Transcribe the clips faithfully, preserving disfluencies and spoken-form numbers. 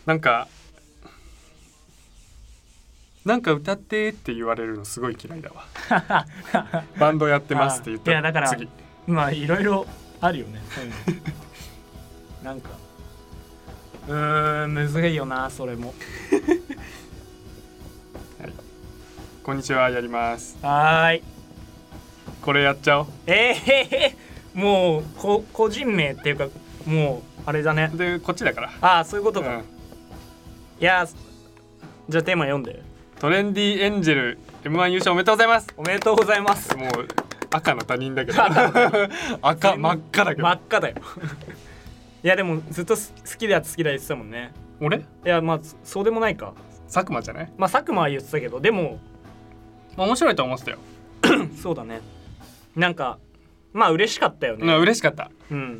なんかなんか歌ってって言われるのすごい嫌いだわバンドやってますって言ったらいやだから次まあいろいろあるよね、うん、なんかうーんむずいよなそれもはい、こんにちはやります。 はーいこれやっちゃおう。 えー、もうこ個人名っていうかもうあれだね。 でこっちだから。 ああそういうことか、 うん、 いやじゃあテーマ読んで。 トレンディエンジェル エムワン 優勝おめでとうございます。 おめでとうございます。 もう赤の他人だけど赤真っ赤だけど真っ赤だよいやでもずっと好きだ好きだ言ってたもんね。 俺？ いやまあそうでもないか。 佐久間じゃない？ まあ佐久間は言ってたけどでも、 まあ、面白いと思ってたよそうだね。なんかまあ嬉しかったよね。 まあ嬉しかった。 うん、 うん、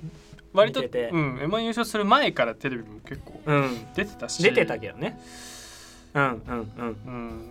割と、うん、エムワン 優勝する前からテレビも結構出てたし、 うん、出てたけどね。うんうんうん、うん、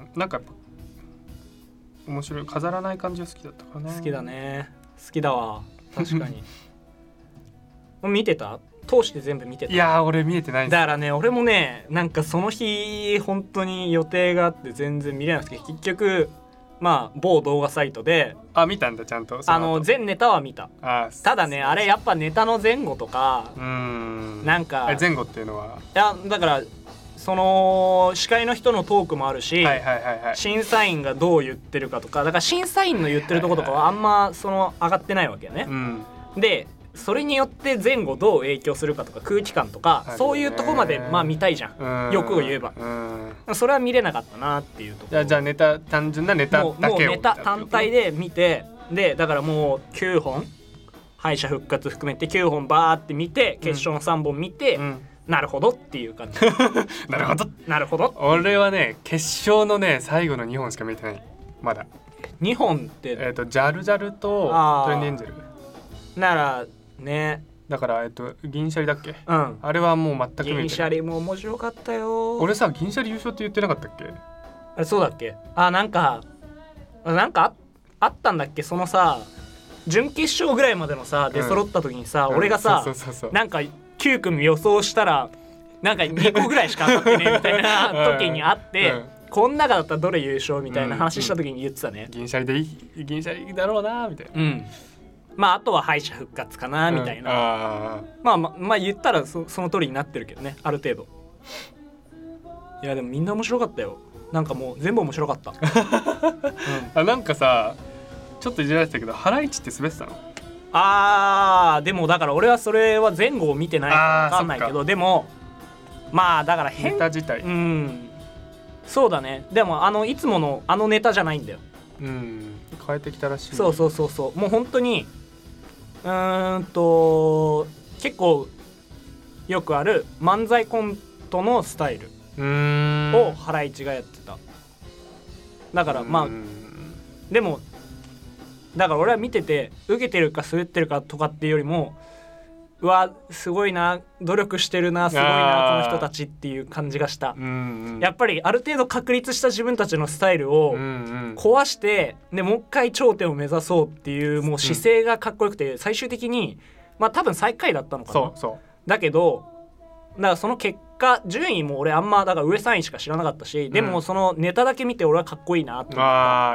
なんかやっぱ面白い飾らない感じが好きだったかな。 好きだね。好きだわ確かに見てた？通して全部見てた？ いやー俺見えてないんです。 だからね俺もねなんかその日本当に予定があって全然見れなくて結局まあ某動画サイトであ見たんだちゃんとあの全ネタは見た。 あただねあれやっぱネタの前後とかうーんなんか前後っていうのはいやだからその司会の人のトークもあるし、 はいはいはいはい、 審査員がどう言ってるかとかだから審査員の言ってるとことかはあんまその上がってないわけよね、 うん、 でそれによって前後どう影響するかとか空気感とかそういうとこまでまあ見たいじゃん、ん欲を言えば、うん、それは見れなかったなっていうところ。 じゃあネタ単純なネタだけをもうネタ単体で見てでだからもうきゅうほん敗者復活含めてきゅうほんバーって見て決勝のさんぼん見て、うんうんなるほどっていう感じなるほどなるほど。 俺はね決勝のね最後のにほんしか見てないまだ。 にほんってえっ、ー、とジャルジャルとトレンディエンジェルならねだからえっ、ー、と銀シャリだっけ、 うん、 あれはもう全く見てない。 銀シャリも面白かったよ。 俺さ銀シャリ優勝って言ってなかったっけ？ あれそうだっけ？あなんかなんか あ, あったんだっけそのさ準決勝ぐらいまでのさ出揃った時にさ、うん、俺がさ、うん、そうそうそうそうなんかきゅう組予想したらなんかにこぐらいしか当たってねみたいな時にあって、うん、こん中だったらどれ優勝みたいな話した時に言ってたね、 うんうん、銀シャリでいい銀シャリだろうなみたいな、 うん、まああとは敗者復活かなみたいな、うん、あまあまあまあ言ったら そ, その通りになってるけどねある程度。いやでもみんな面白かったよ。なんかもう全部面白かった、うん、 あなんかさちょっといじられてたけどハライチって滑ってたの？ あーでもだから俺はそれは前後を見てないから分かんないけどでもまあだから変ネタ自体うんそうだね。でもあのいつものあのネタじゃないんだよ。 うん変えてきたらしい。 そうそうそうそうもう本当にうーんと結構よくある漫才コントのスタイルをハライチがやってた。だからまあでもだから俺は見てて受けてるか滑ってるかとかっていうよりもうわすごいな努力してるなすごいなこの人たちっていう感じがした、うんうん、やっぱりある程度確立した自分たちのスタイルを壊して、うんうん、でもう一回頂点を目指そうっていうもう姿勢がかっこよくて最終的にまあ多分最下位だったのかな。 そうそうだけどだからその結果順位も俺あんまだから上さんいしか知らなかったし、うん、でもそのネタだけ見て俺はかっこいいなって思った。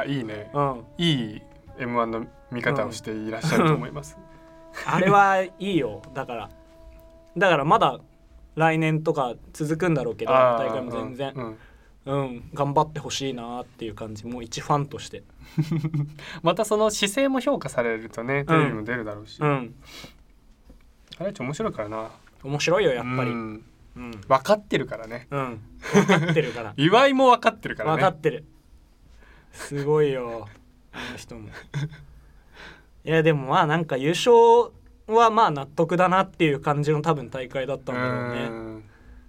あーいいね、うん、いいエムワン の見方をしていらっしゃると思います、 うん、あれはいいよ。だからだからまだ来年とか続くんだろうけど大会も全然、うんうん、頑張ってほしいなっていう感じもう一ファンとしてまたその姿勢も評価されるとねテレビも出るだろうし、うんうん、あれ面白いからな。 面白いよやっぱり、 うんうん、分かってるからね、 うん、分かってるから岩井も分かってるからね。 分かってるすごいよあの人もいやでもまあなんか優勝はまあ納得だなっていう感じの多分大会だったんだろうね。うん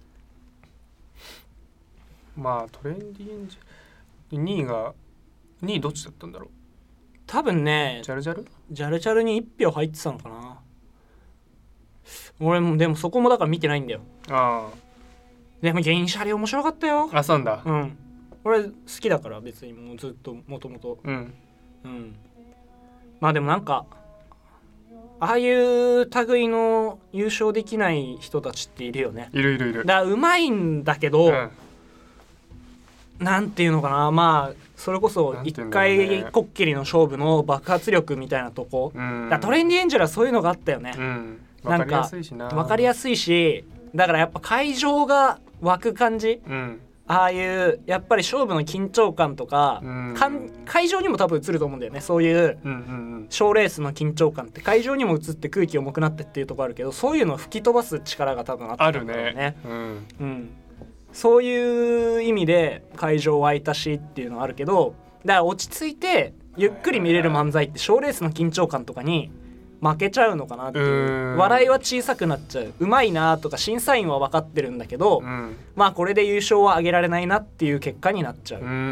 まあトレンディエンジェルにいがにいどっちだったんだろう。 多分ねジャルジャルジャルジャルにいち票入ってたのかな。俺もでもそこもだから見てないんだよ。ああでも銀シャリ面白かったよ。 あそうなんだ。 うん俺好きだから別にもうずっともともとうんうんまあでもなんかああいう類の優勝できない人たちっているよね。 いるいるいる。 だからうまいんだけど、うん、なんていうのかな、まあそれこそ一回こっきりの勝負の爆発力みたいなとこ、うん、だトレンディエンジェルはそういうのがあったよね、うん、なんか分かりやすいしな、分かりやすいし、だからやっぱ会場が湧く感じ、うん、ああいうやっぱり勝負の緊張感とか、うん、かん会場にも多分映ると思うんだよね。そういう賞レースの緊張感って会場にも映って空気重くなってっていうところあるけど、そういうのを吹き飛ばす力が多分あったんだろうね。あるね、うんうん、そういう意味で会場湧いたしっていうのはあるけど、だから落ち着いてゆっくり見れる漫才って賞レースの緊張感とかに負けちゃうのかなっていう。笑いは小さくなっちゃう。うまいなとか審査員は分かってるんだけど、うん、まあこれで優勝はあげられないなっていう結果になっちゃう。うーん、うん、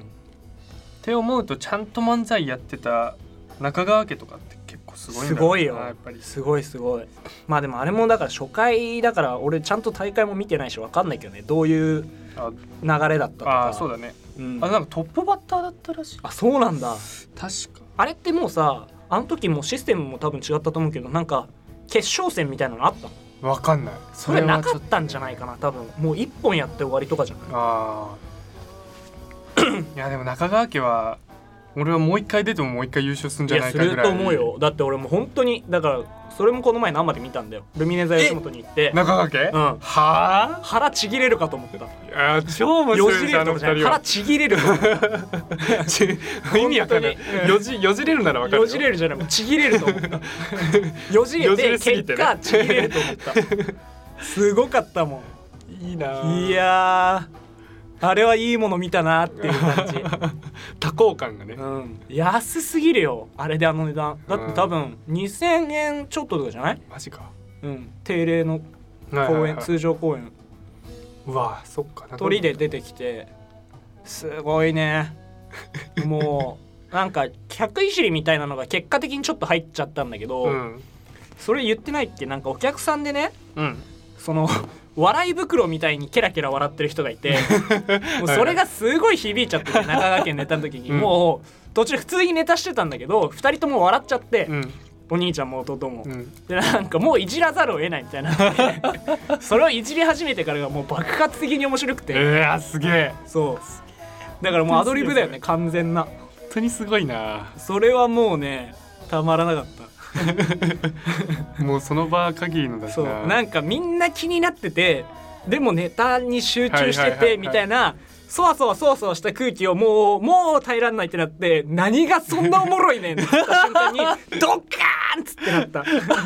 って思うとちゃんと漫才やってた中川家とかって結構すごいんだろうな。 すごいよ、やっぱりすごいすごい。まあでもあれもだから初回だから俺ちゃんと大会も見てないし分かんないけどね、どういう流れだったとか。 あ、そうだね、うん、あ、なんかトップバッターだったらしい。 あ、そうなんだ。 確かあれってもうさ、あの時もシステムも多分違ったと思うけど、なんか決勝戦みたいなのあったの？ わかんない。 それなかったんじゃないかな多分。もう一本やって終わりとかじゃない？ あいやでも中川家は俺はもう一回出てももう一回優勝するんじゃないかぐらい。 いやすると思うよ。だって俺も本当にだからそれもこの前生で見たんだよ。ルミネ座吉本に行って中川家、うん、はあ腹ちぎれるかと思ってた。いや超面白いじゃん。 腹ちぎれると思った意味わかんない。よじよじれるならわかるよ。 よじれるじゃない、ちぎれると思ったよじれて結果ちぎれると思ったすごかったもん。 いいな。 いやあれはいいもの見たなっていう感じ多幸感がね、 うん、安すぎるよあれであの値段だって多分にせんえんちょっととかじゃない？ マジか。 うん、定例の公演、はいはいはい、通常公演。 うわそっか。 鳥で出てきてすごいねもうなんか客いじりみたいなのが結果的にちょっと入っちゃったんだけど、うん、それ言ってないっけ？なんかお客さんでね、うん、その笑い袋みたいにケラケラ笑ってる人がいてもうそれがすごい響いちゃってて、中川家ネタの時に、うん、もう途中普通にネタしてたんだけどふたりとも笑っちゃって、うん、お兄ちゃんも弟も、うん、でなんかもういじらざるを得ないみたいなそれをいじり始めてからがもう爆発的に面白くて、 えー、すげえ。 そうだからもうアドリブだよね完全な。 本当にすごいな。 それはもうねたまらなかったもうその場限りのだしな。 そうなんかみんな気になっててでもネタに集中しててみたいなそわそわそわそわした空気をもうもう耐えらんないってなって、何がそんなおもろいねんって言った瞬間にドッカーンっつってな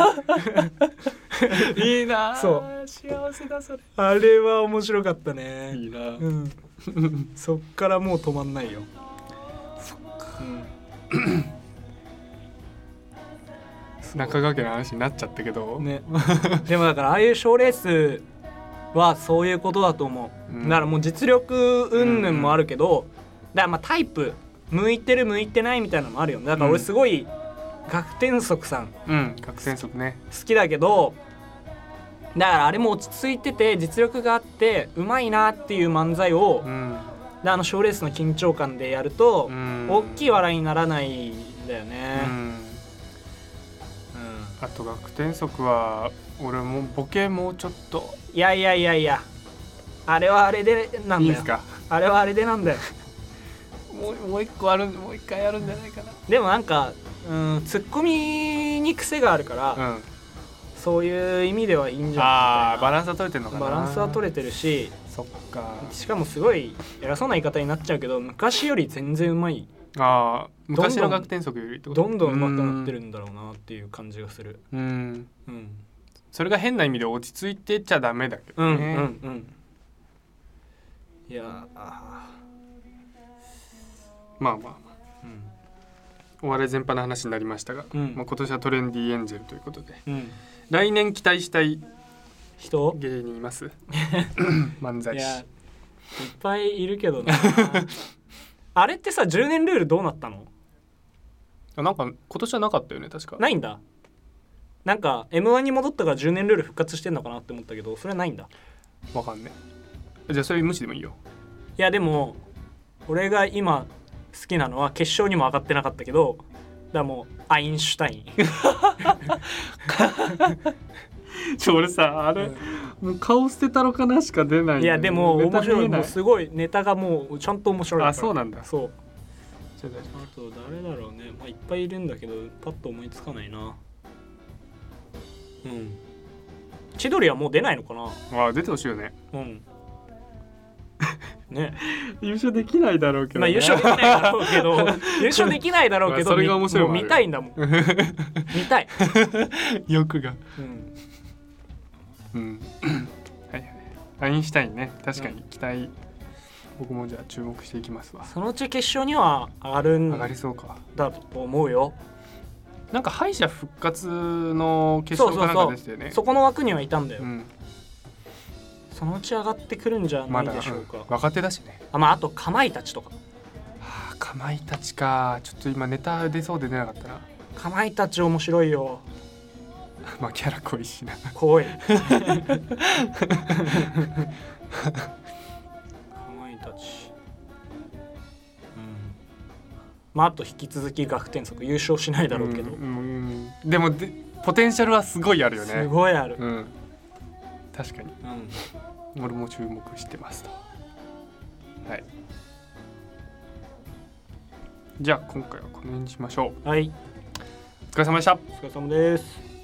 ったいいな。 そう幸せだそれ。 あれは面白かったね。 いいな、 うん、そっからもう止まんないよ。 そっか、うん中川家の話になっちゃったけど、ね、 でもだからああいう賞レースはそういうことだと思う、うん、だからもう実力云々もあるけど、うん、だからまあタイプ向いてる向いてないみたいなのもあるよね。だから俺すごい学天則さん、 うん、学天則ね好きだけど、だからあれも落ち着いてて実力があってうまいなっていう漫才を、うん、であの賞レースの緊張感でやると、うん、大きい笑いにならないんだよね、うんあと学天則は俺もボケもうちょっと。 いやいやいやいやあれはあれでなんだよ。いいですか？あれはあれでなんだよもうもう一個あるもう一回あるんじゃないかな。 でもなんかうんツッコミに癖があるから、うん、そういう意味ではいいんじゃないかな。 あバランスは取れてるのかな。 バランスは取れてるし、 そっか。 しかもすごい偉そうな言い方になっちゃうけど昔より全然うまい。 あ昔の学天則よりってこと？ どんどん上手くなってるんだろうなっていう感じがする。うん、 うん、それが変な意味で落ち着いてちゃダメだけどね。うんうんうん、 いやあまあまあまあ、うん、お笑い全般の話になりましたが、うんまあ、今年はトレンディエンジェルということで、うん、来年期待したい人芸人います漫才師。 いやいっぱいいるけどなあれってさじゅうねんルールどうなったの？ なんか今年はなかったよね確か。 ないんだ。なんか エムワン に戻ったからじゅうねんルール復活してんのかなって思ったけどそれはないんだ。 わかんねえ。じゃあそれ無視でもいいよ。 いやでも俺が今好きなのは決勝にも上がってなかったけどらもうアインシュタインちょ俺さあれ、うん、もう顔捨てたろかなしか出ないんだよね。 いやでも面白い、もうすごいネタがもうちゃんと面白いから。 あ、そうなんだ。 そう。あと誰だろうね、まあ、いっぱいいるんだけどパッと思いつかないな。うん。千鳥はもう出ないのかな。 あ、出てほしいよね。 うん。ね。 優勝できないだろうけど、ね、 まあ優勝できないだろうけど優勝できないだろうけど、 それが面白い。 もう見たいんだもん見たい欲が。 うんうん、はいはい。アインシュタインね、確かに期待、うん、僕もじゃあ注目していきますわ。 そのうち決勝には上がるん上がりそうかだと思うよ。 なんか敗者復活の決勝かなんかでしたよね。 そうそうそう、そこの枠にはいたんだよ、うん、そのうち上がってくるんじゃないでしょうか。 まだ、うん、若手だしね。 あ、まあ、あとかまいたちとか。 はあ、かまいたちか。ちょっと今ネタ出そうで出なかったな。 かまいたち面白いよ。 まあキャラ濃いしな。 濃いかまいたち、うん、まああと引き続き学天則優勝しないだろうけど、うんうんうん、でもでポテンシャルはすごいあるよね。 すごいある、 うん、確かに、うん、俺も注目してますと。はい、じゃあ今回はこの辺にしましょう。 はい、 お疲れ様でした。 お疲れ様です。